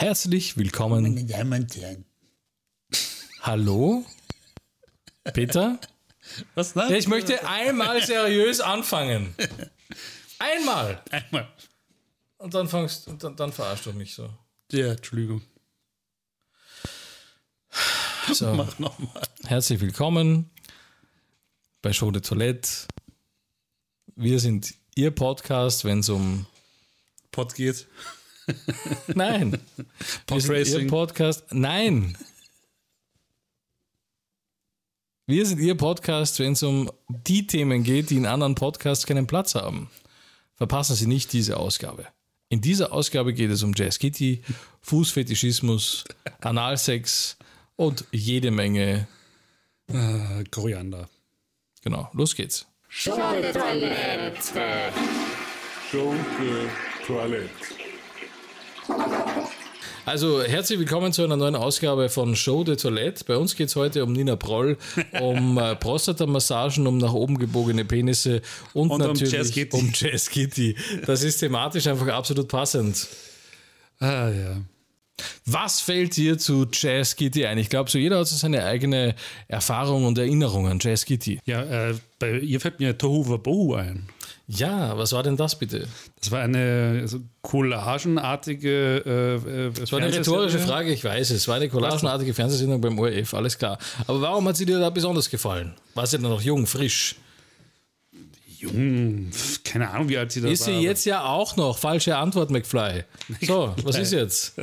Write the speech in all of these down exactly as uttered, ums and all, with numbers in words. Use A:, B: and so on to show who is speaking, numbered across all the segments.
A: Herzlich willkommen.
B: Meine Damen und Herren.
A: Hallo? Peter?
B: Was nein?
A: Ja, ich möchte einmal seriös anfangen. Einmal.
B: Einmal.
A: Und dann fangst und dann, dann verarschst du mich so.
B: Ja, Entschuldigung.
A: So.
B: Mach nochmal.
A: Herzlich willkommen bei Show de Toilette. Wir sind Ihr Podcast, wenn es um
B: Pod geht.
A: Nein. Wir sind Ihr Podcast. Nein. Wir sind Ihr Podcast, wenn es um die Themen geht, die in anderen Podcasts keinen Platz haben. Verpassen Sie nicht diese Ausgabe. In dieser Ausgabe geht es um Jazz Kitty, Fußfetischismus, Analsex und jede Menge
B: äh, Koriander.
A: Genau, los geht's.
C: Show de Toilette.
D: Show de Toilette.
A: Also herzlich willkommen zu einer neuen Ausgabe von Show de Toilette. Bei uns geht es heute um Nina Proll, um äh, Prostatamassagen, um nach oben gebogene Penisse und, und natürlich um Jazz Kitty. um Jazz Kitty. Das ist thematisch einfach absolut passend.
B: Ah ja.
A: Was fällt dir zu Jazz Kitty ein? Ich glaube, so jeder hat so seine eigene Erfahrung und Erinnerung an Jazz Kitty.
B: Ja, äh, bei ihr fällt mir Tohu Wabohu ein.
A: Ja, was war denn das bitte?
B: Das war eine also collagenartige äh,
A: Das war eine rhetorische Frage, ich weiß es. Es war eine collagenartige Fernsehsendung beim O R F, alles klar. Aber warum hat sie dir da besonders gefallen? War sie dann noch jung, frisch?
B: Jung, keine Ahnung, wie alt sie da war.
A: Ist sie jetzt ja auch noch? Falsche Antwort, McFly. So, was ist jetzt?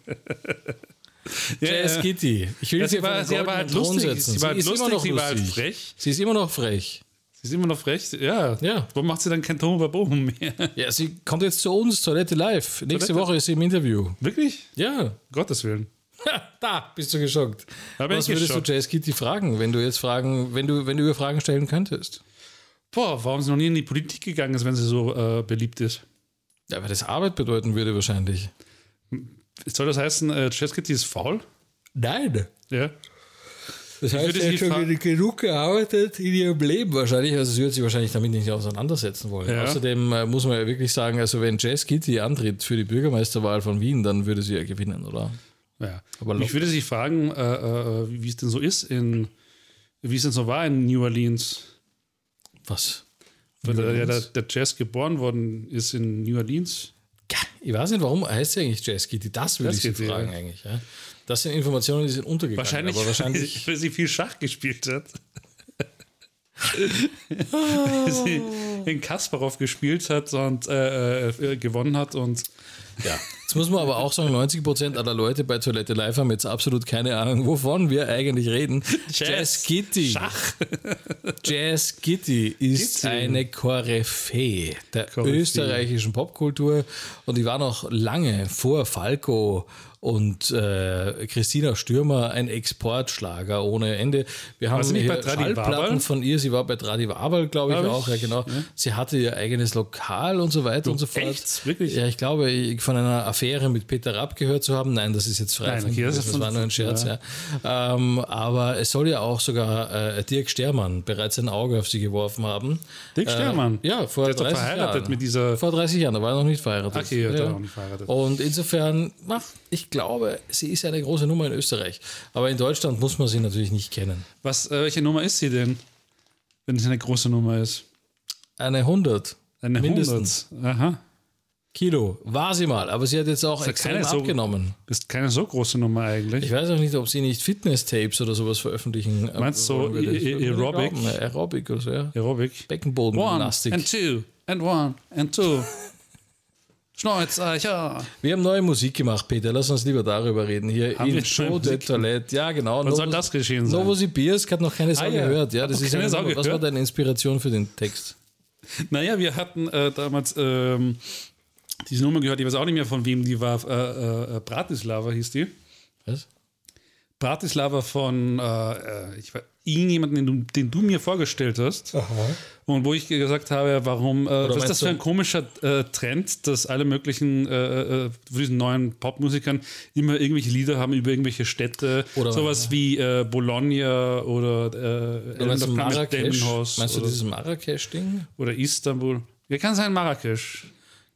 A: Jazz Kitty. Ich will
B: ja,
A: sie
B: sie war,
A: auf
B: sie
A: einen
B: war halt
A: Thron
B: lustig.
A: setzen.
B: Sie war halt
A: sie ist
B: lustig,
A: immer noch
B: sie war halt
A: lustig.
B: frech.
A: Sie ist immer noch frech.
B: Sie ist immer noch frech, ja.
A: ja.
B: Warum macht sie dann kein Tohu Wabohu mehr?
A: Ja, sie kommt jetzt zu uns, Toilette live. Nächste
B: Toilette?
A: Woche ist sie im Interview.
B: Wirklich?
A: Ja.
B: Gottes Willen.
A: Da bist du geschockt.
B: Da bin
A: Was
B: ich
A: würdest
B: geschockt.
A: du Jazz Kitty fragen, wenn du jetzt fragen, wenn du, wenn du ihr Fragen stellen könntest?
B: Boah, warum sie noch nie in die Politik gegangen ist, wenn sie so äh, beliebt ist?
A: Ja, weil das Arbeit bedeuten würde wahrscheinlich.
B: Soll das heißen, äh, Jazz Kitty ist faul?
A: Nein.
B: Ja.
A: Das heißt,
B: würde
A: sie hat
B: sie
A: schon
B: fra-
A: genug gearbeitet in ihrem Leben wahrscheinlich. Also sie wird sich wahrscheinlich damit nicht auseinandersetzen wollen.
B: Ja.
A: Außerdem äh, muss man ja wirklich sagen, also wenn Jazz Kitty antritt für die Bürgermeisterwahl von Wien, dann würde sie ja gewinnen, oder?
B: Ja.
A: Aber
B: Mich würde sich fragen, äh, äh, wie es denn so ist in, wie es denn so war in New Orleans.
A: Was?
B: Weil
A: New
B: da, ja, der,
A: Orleans?
B: der Jazz geboren worden ist in New Orleans.
A: Ja, ich weiß nicht, warum heißt sie eigentlich Jazz Kitty? Das würde
B: Jazz
A: ich sie
B: Kitty,
A: fragen
B: ja.
A: eigentlich. Ja? Das sind Informationen, die sind untergegangen.
B: Wahrscheinlich,
A: aber wahrscheinlich
B: weil sie viel Schach gespielt hat. Weil sie in Kasparov gespielt hat und äh, äh, gewonnen hat und
A: ja. Jetzt muss man aber auch sagen, neunzig Prozent aller Leute bei Toilette Live haben jetzt absolut keine Ahnung, wovon wir eigentlich reden.
B: Jazz,
A: Jazz Kitty.
B: Schach.
A: Jazz Kitty ist
B: Kitty.
A: eine Koryphäe der
B: Koryphäe.
A: österreichischen Popkultur und die war noch lange vor Falco und äh, Christina Stürmer ein Exportschlager ohne Ende. Wir haben
B: sie nicht
A: hier
B: bei Tradi
A: Schallplatten
B: Wabal?
A: von ihr, sie war bei Tradi Wabal, glaube ich,
B: Glaub ich,
A: auch, ja genau.
B: ja.
A: Sie hatte ihr eigenes Lokal und so weiter und so fort.
B: echt? Wirklich?
A: Ja, ich glaube, ich- von einer Affäre mit Peter Rapp gehört zu haben. Nein, das ist jetzt frei
B: Nein,
A: von
B: okay, das
A: das,
B: ist
A: das
B: von-
A: war nur ein Scherz, ja.
B: ja.
A: Ähm, aber es soll ja auch sogar äh, Dirk Stermann bereits ein Auge auf sie geworfen haben.
B: Dirk Stermann?
A: Äh, ja, vor
B: Der ist doch
A: dreißig
B: verheiratet
A: Jahren.
B: mit dieser-
A: Vor dreißig Jahren, da war er noch nicht verheiratet.
B: Okay, ja, da war er noch nicht verheiratet.
A: Und insofern, na, ich glaube, sie ist eine große Nummer in Österreich. Aber in Deutschland muss man sie natürlich nicht kennen.
B: was, äh, welche Nummer ist sie denn? Wenn es eine große Nummer ist.
A: Eine hundert.
B: Eine
A: Mindestens.
B: hundert. Aha.
A: Kilo. War sie mal, aber sie hat jetzt auch
B: ja
A: extrem
B: keine so-
A: abgenommen.
B: Ist keine so große Nummer eigentlich.
A: Ich weiß auch nicht, ob sie nicht Fitness-Tapes oder sowas veröffentlichen. äh,
B: Meinst du so
A: wollen würde. Ich
B: Ae-
A: würde
B: Aerobic?
A: glauben, ja, Aerobic oder so, ja.
B: Aerobic. One
A: Beckenbodengymnastik.
B: and two and one and two. Schneuzer, ja.
A: Wir haben neue Musik gemacht, Peter. Lass uns lieber darüber reden. Hier
B: Haben
A: in
B: wir
A: Show
B: neue
A: de
B: Musik
A: Toilette. Ja, genau.
B: Was soll das geschehen sein?
A: Novosibirsk hat noch keine Sau
B: Ah, ja.
A: gehört. Ja,
B: Hat
A: das
B: noch
A: ist
B: keine
A: eine,
B: Sau
A: Was war
B: gehört?
A: deine Inspiration für den Text?
B: Naja, wir hatten äh, damals ähm, diese Nummer gehört, ich weiß auch nicht mehr von wem die war. Äh, äh, Bratislava hieß die.
A: Was?
B: Bratislava von äh, äh, ich weiß, irgendjemanden, den du, den du mir vorgestellt hast. Und wo ich gesagt habe, warum, äh, was ist
A: meinst
B: das für
A: du-
B: ein komischer äh, Trend, dass alle möglichen äh, äh, von diesen neuen Popmusikern immer irgendwelche Lieder haben über irgendwelche Städte,
A: Oder-
B: sowas wie äh, Bologna oder äh,
A: Du meinst du
B: Elmdorf
A: Marrakesch?
B: Delmenhorst
A: Meinst du
B: oder,
A: dieses Marrakesch-Ding?
B: oder Istanbul. Ja, kann sein Marrakesch.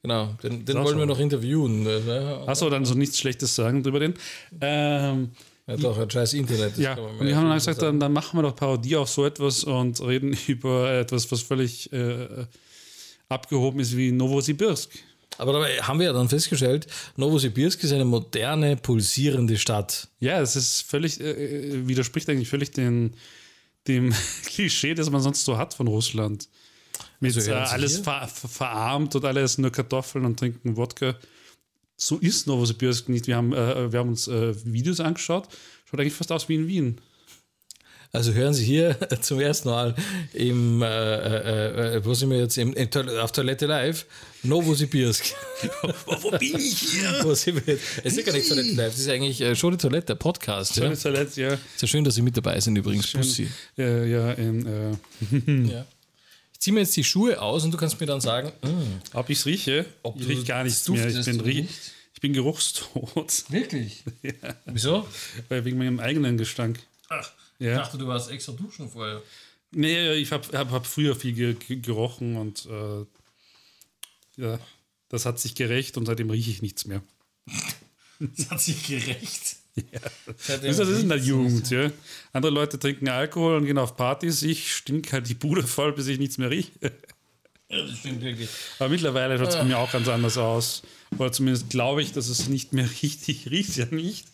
A: Genau, den, den
B: Das
A: wollen wir
B: auch.
A: noch interviewen. Ja,
B: Achso, dann so nichts Schlechtes sagen drüber den. Ähm,
A: ja doch, ein scheiß Internet. das
B: ja,
A: kann man
B: und die
A: mehr
B: haben dann
A: dazu
B: gesagt,
A: sagen.
B: dann, dann machen wir doch Parodie auf so etwas und reden über etwas, was völlig äh, abgehoben ist wie Novosibirsk.
A: Aber dabei haben wir ja dann festgestellt, Novosibirsk ist eine moderne, pulsierende Stadt.
B: Ja, es ist völlig, äh, widerspricht eigentlich völlig den, dem Klischee, das man sonst so hat von Russland. Mit
A: Also
B: äh,
A: hören Sie
B: alles
A: hier?
B: ver ver verarmt und alles nur Kartoffeln und trinken Wodka. So ist Novosibirsk nicht. Wir haben, äh, wir haben uns äh, Videos angeschaut. Schaut eigentlich fast aus wie in Wien.
A: Also hören Sie hier zum ersten Mal im, äh, äh, äh, wo sind wir jetzt, Im, im, auf Toilette Live, Novosibirsk.
B: Wo bin ich hier?
A: Wo sind wir jetzt? Es ist ja gar nicht Toilette Live, das ist eigentlich äh, Show de Toilette, der Podcast. Ja?
B: Schönes Toilette, ja.
A: Ist ja schön, dass Sie mit dabei sind übrigens, Bussi.
B: Ja, ja, in, äh,
A: Ja. Ich ziehe mir jetzt die Schuhe aus und du kannst mir dann sagen, mm,
B: ob ich es rieche?
A: Ob
B: ich
A: du
B: rieche gar nichts
A: das
B: mehr. Ich
A: duftest
B: bin,
A: oder
B: rie
A: nicht?
B: ich bin geruchstot.
A: wirklich? Wieso?
B: Weil wegen meinem eigenen Gestank.
A: Ach,
B: Ja.
A: ich dachte, du warst extra duschen vorher.
B: Nee, ich habe hab, hab früher viel ge ge gerochen und äh, ja, das hat sich gerecht und seitdem rieche ich nichts mehr.
A: Das hat sich gerecht.
B: Das ist, das ist in der Jugend, ja. Andere Leute trinken Alkohol und gehen auf Partys. Ich stink halt die Bude voll, bis ich nichts mehr rieche.
A: Ja, das stimmt wirklich.
B: Aber mittlerweile schaut es bei mir auch ganz anders aus. Oder zumindest glaube ich, dass es nicht mehr riecht. Ich rieche es ja nicht.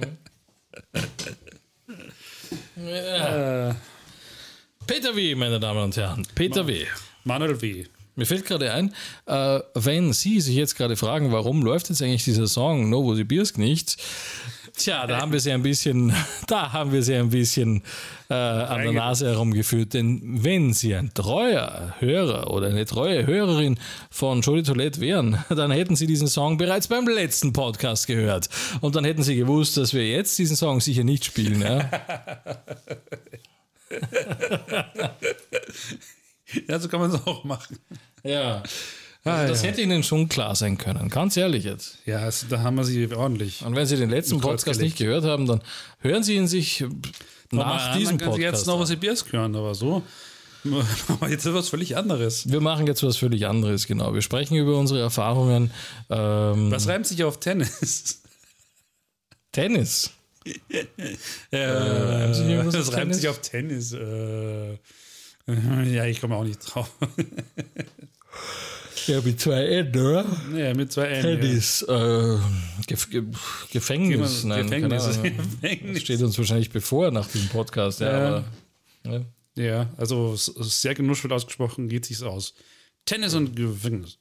A: Ja. Peter W., meine Damen und Herren. Peter W.
B: Manuel W.
A: Mir fällt gerade ein, äh, wenn Sie sich jetzt gerade fragen, warum läuft jetzt eigentlich dieser Song Novosibirsk nicht? Tja, da haben wir sie ein bisschen, da haben wir sie ein bisschen äh, an der Nase herumgeführt. Denn wenn Sie ein treuer Hörer oder eine treue Hörerin von Show de Toilette wären, dann hätten Sie diesen Song bereits beim letzten Podcast gehört. Und dann hätten Sie gewusst, dass wir jetzt diesen Song sicher nicht spielen. Ja?
B: Ja, so kann man es auch machen.
A: Ja.
B: Ah,
A: Also das
B: ja.
A: hätte Ihnen schon klar sein können, ganz ehrlich jetzt.
B: Ja, also, da haben wir sie ordentlich.
A: Und wenn Sie den letzten
B: Im Kreuz
A: Podcast
B: gelegt.
A: nicht gehört haben, dann hören Sie ihn sich nach
B: Aber
A: diesem
B: dann können Sie
A: Podcast
B: jetzt noch
A: an.
B: was Sibirsk hören, aber so machen wir jetzt etwas völlig anderes.
A: Wir machen jetzt was völlig anderes, genau. Wir sprechen über unsere Erfahrungen. Ähm,
B: Was reimt sich auf Tennis?
A: Tennis.
B: Äh,
A: reimt sich irgendwas
B: das
A: auf
B: reimt
A: Tennis?
B: sich auf Tennis. Äh, ja, ich komme auch nicht drauf.
A: Ja, mit zwei N, oder?
B: Ja, mit zwei N.
A: Tennis. Äh, Gef Ge Gefängnis.
B: Ja.
A: Nein,
B: Gefängnis.
A: keine Ahnung.
B: Gefängnis.
A: Das steht uns wahrscheinlich bevor nach diesem Podcast. Ja,
B: Ja.
A: aber, ja.
B: Ja, also s- sehr genuschelt ausgesprochen geht sich's aus. Tennis und Gefängnis.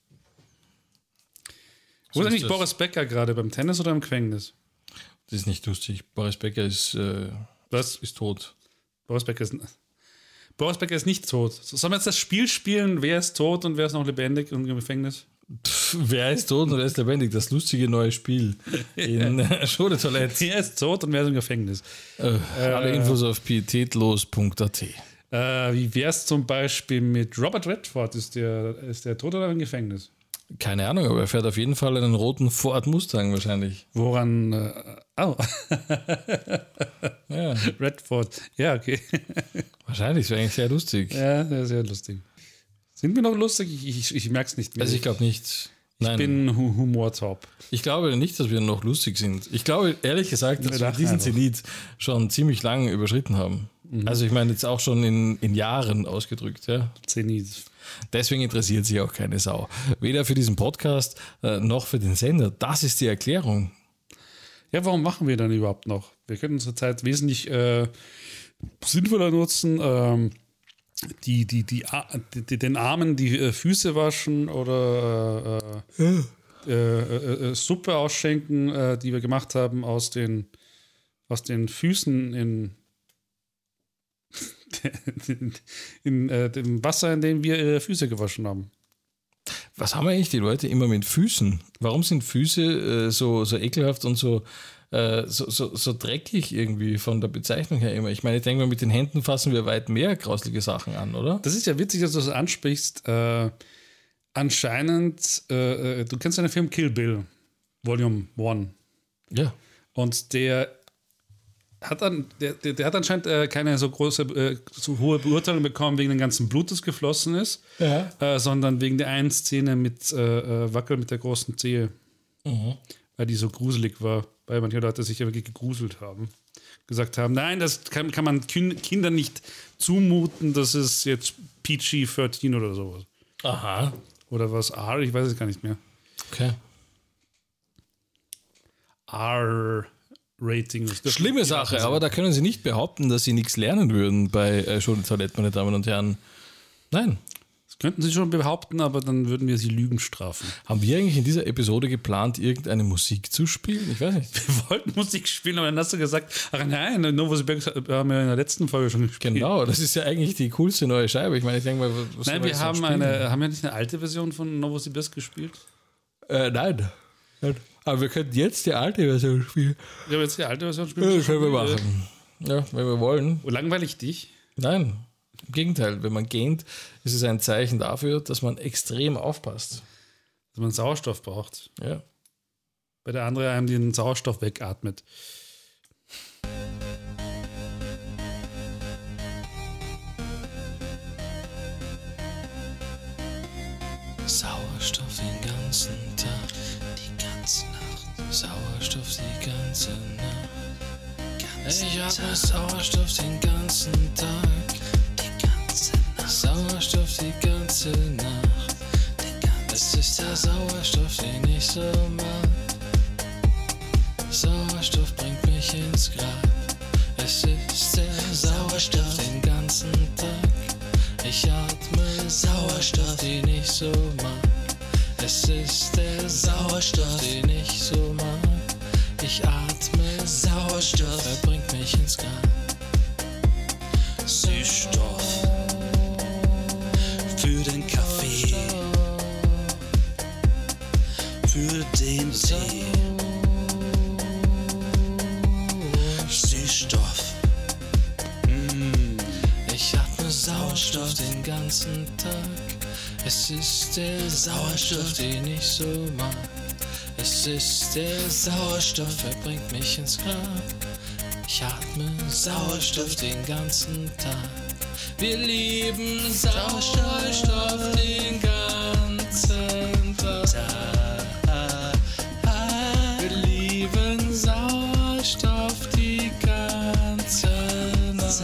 B: Wo
A: So
B: ist
A: ist
B: eigentlich
A: das.
B: Boris Becker gerade? Beim Tennis oder im Gefängnis?
A: Das ist nicht lustig. Boris Becker ist, äh,
B: Was?
A: ist tot.
B: Boris Becker ist, Boris Becker ist nicht tot. Sollen wir jetzt das Spiel spielen? Wer ist tot und wer ist noch lebendig und im Gefängnis?
A: Pff, wer ist tot und wer ist lebendig? Das lustige neue Spiel in äh, Show de Toilette.
B: Wer ist tot und wer ist im Gefängnis?
A: Äh, alle Infos auf pietätlos punkt a t.
B: Äh, wie wär's zum Beispiel mit Robert Redford? Ist der, ist der tot oder im Gefängnis?
A: Keine Ahnung, aber er fährt auf jeden Fall einen roten Ford Mustang wahrscheinlich.
B: Woran? Äh, oh,
A: Ja,
B: Redford. Ja, okay.
A: wahrscheinlich, das wäre eigentlich sehr lustig.
B: Ja, sehr, sehr lustig. Sind wir noch lustig? Ich, ich, ich merke es nicht mehr.
A: Also ich glaube nicht. Nein,
B: Ich bin hu humortaub.
A: ich glaube nicht, dass wir noch lustig sind. Ich glaube ehrlich gesagt, dass
B: Wir
A: wir
B: lachen
A: diesen
B: einfach.
A: Zenit schon ziemlich lang überschritten haben. Also ich meine jetzt auch schon in, in Jahren ausgedrückt, ja.
B: Zenit.
A: Deswegen interessiert sich auch keine Sau. Weder für diesen Podcast äh, noch für den Sender. Das ist die Erklärung.
B: Ja, warum machen wir dann überhaupt noch? Wir könnten unsere Zeit wesentlich äh, sinnvoller nutzen. Ähm, die, die, die, A- die, den Armen die äh, Füße waschen oder äh, äh, äh, äh, Suppe ausschenken, äh, die wir gemacht haben aus den, aus den Füßen in, in äh, dem Wasser, in dem wir ihre Füße gewaschen haben.
A: Was haben eigentlich die Leute immer mit Füßen? Warum sind Füße äh, so, so ekelhaft und so, äh, so, so, so dreckig irgendwie von der Bezeichnung her immer? Ich meine, ich denke mal, mit den Händen fassen wir weit mehr grauslige Sachen an, oder?
B: Das ist ja witzig, dass du das ansprichst. Äh, anscheinend, äh, äh, du kennst ja den Film Kill Bill, Volume eins.
A: Ja.
B: Und der hat dann, der, der, der hat anscheinend äh, keine so große, äh, so hohe Beurteilung bekommen wegen dem ganzen Blut, das geflossen ist,
A: Ja.
B: äh, sondern wegen der einen Szene mit äh, äh, Wackel mit der großen Zehe.
A: Mhm.
B: Weil die so gruselig war, weil manche Leute sich ja wirklich gegruselt haben. Gesagt haben, nein, das kann, kann man kin- Kindern nicht zumuten, das ist jetzt P G dreizehn oder sowas.
A: Aha.
B: Oder was R, ich weiß es gar nicht mehr.
A: Okay.
B: R-Rating.
A: Schlimme Sache, aber da können Sie nicht behaupten, dass Sie nichts lernen würden bei äh, Show de Toilette, meine Damen und Herren. Nein.
B: Das könnten Sie schon behaupten, aber dann würden wir Sie Lügen strafen.
A: Haben wir eigentlich in dieser Episode geplant, irgendeine Musik zu spielen? Ich weiß nicht.
B: Wir wollten Musik spielen, aber dann hast du gesagt, ach nein, Novosibirsk haben wir in der letzten Folge schon gespielt.
A: Genau, das ist ja eigentlich die coolste neue Scheibe. Ich meine, ich denke mal, was
B: Nein,
A: soll man
B: wir
A: jetzt
B: haben
A: noch spielen?
B: eine, haben wir nicht eine alte Version von Novosibirsk gespielt?
A: Äh, nein. Nein. Aber wir könnten jetzt die alte Version spielen.
B: Wir haben jetzt die alte Version
A: Ja,
B: gespielt.
A: das können wir machen. Ja, wenn wir wollen.
B: Oh, langweilig dich?
A: Nein, im Gegenteil. Wenn man gähnt, ist es ein Zeichen dafür, dass man extrem aufpasst.
B: Dass man Sauerstoff braucht.
A: Ja.
B: Bei der andere einem den Sauerstoff wegatmet.
A: Sauerstoff den ganzen Tag, die ganze Nacht. Sauerstoff die ganze Nacht. Ich atme Sauerstoff den ganzen Tag, die ganze Nacht. Sauerstoff die ganze Nacht. Es ist der Sauerstoff, den ich so mag. Sauerstoff bringt mich ins Grab. Es ist der Sauerstoff den ganzen Tag. Ich atme Sauerstoff, den ich so mag. Es ist der Sauerstoff, den ich so mag. Ich atme Sauerstoff, er bringt mich ins Grab.
B: Süßstoff für den Kaffee, für den Tee. Süßstoff.
A: Ich atme Sauerstoff den ganzen Tag. Es ist der Sauerstoff, den ich so mag. Es ist der Sauerstoff, er bringt mich ins Grab. Ich atme Sauerstoff den ganzen Tag. Wir lieben Sauerstoff den ganzen Tag. Wir lieben Sauerstoff die ganze Nacht.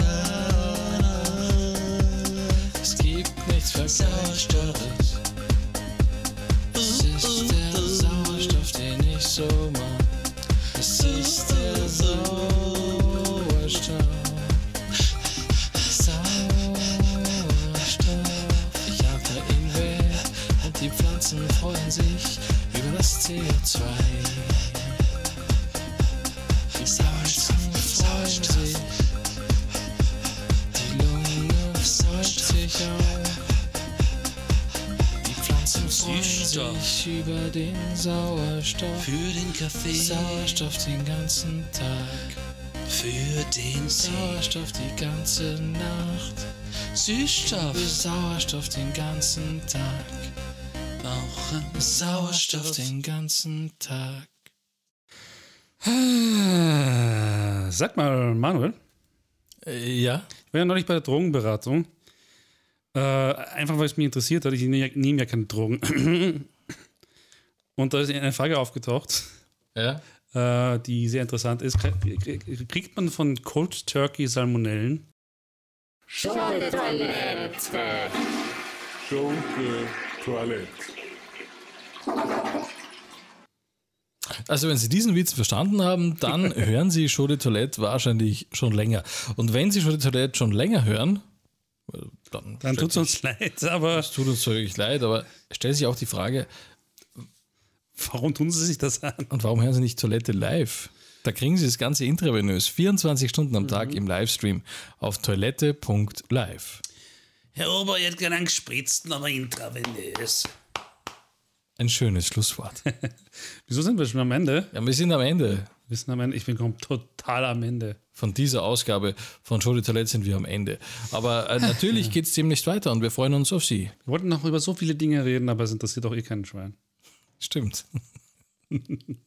A: Es gibt nichts Vergleichbares. Es ist der Sauerstoff, den ich so mag. Es ist der Sauerstoff. Sauerstoff. Ich atme ihn weg und die Pflanzen freuen sich über das C O zwei. Die Pflanzen freuen sich. Die Lunge freut sich auch. Die Pflanzen freuen sich über den Sauerstoff.
B: Für den Kaffee,
A: Sauerstoff den ganzen Tag.
B: für den
A: Sauerstoff die ganze Nacht.
B: Süßstoff.
A: Sauerstoff den ganzen Tag.
B: Brauchen
A: Sauerstoff den ganzen Tag.
B: Sag mal, Manuel,
A: Äh, ja?
B: ich war ja neulich bei der Drogenberatung. Äh, einfach weil es mich interessiert hat. Ich nehme nehm ja keine Drogen. Und da ist eine Frage aufgetaucht,
A: Ja?
B: äh, die sehr interessant ist. Kriegt man von Cold Turkey Salmonellen?
C: Show de Toilette.
D: Show de Toilette.
A: Also wenn Sie diesen Witz verstanden haben, dann hören Sie Show de Toilette wahrscheinlich schon länger. Und wenn Sie Show de Toilette schon länger hören, dann,
B: Dann tut es
A: stellt
B: uns leid, aber
A: Es tut uns wirklich leid, aber stellt sich auch die Frage,
B: warum tun Sie sich das an?
A: und warum hören Sie nicht Toilette live? Da kriegen Sie das Ganze intravenös, vierundzwanzig Stunden am Tag im Livestream auf toilette punkt live.
B: Herr Ober, ihr hättet gerne einen gespritzten, aber intravenös.
A: Ein schönes Schlusswort.
B: Wieso sind wir schon am Ende?
A: Ja, wir sind am Ende
B: Wir sind am Ende. Ich bin kom- total am Ende.
A: von dieser Ausgabe von Show de Toilette sind wir am Ende. Aber äh, natürlich geht es demnächst weiter und wir freuen uns auf Sie.
B: Wir wollten noch über so viele Dinge reden, aber es interessiert auch eh keinen Schwein.
A: Stimmt.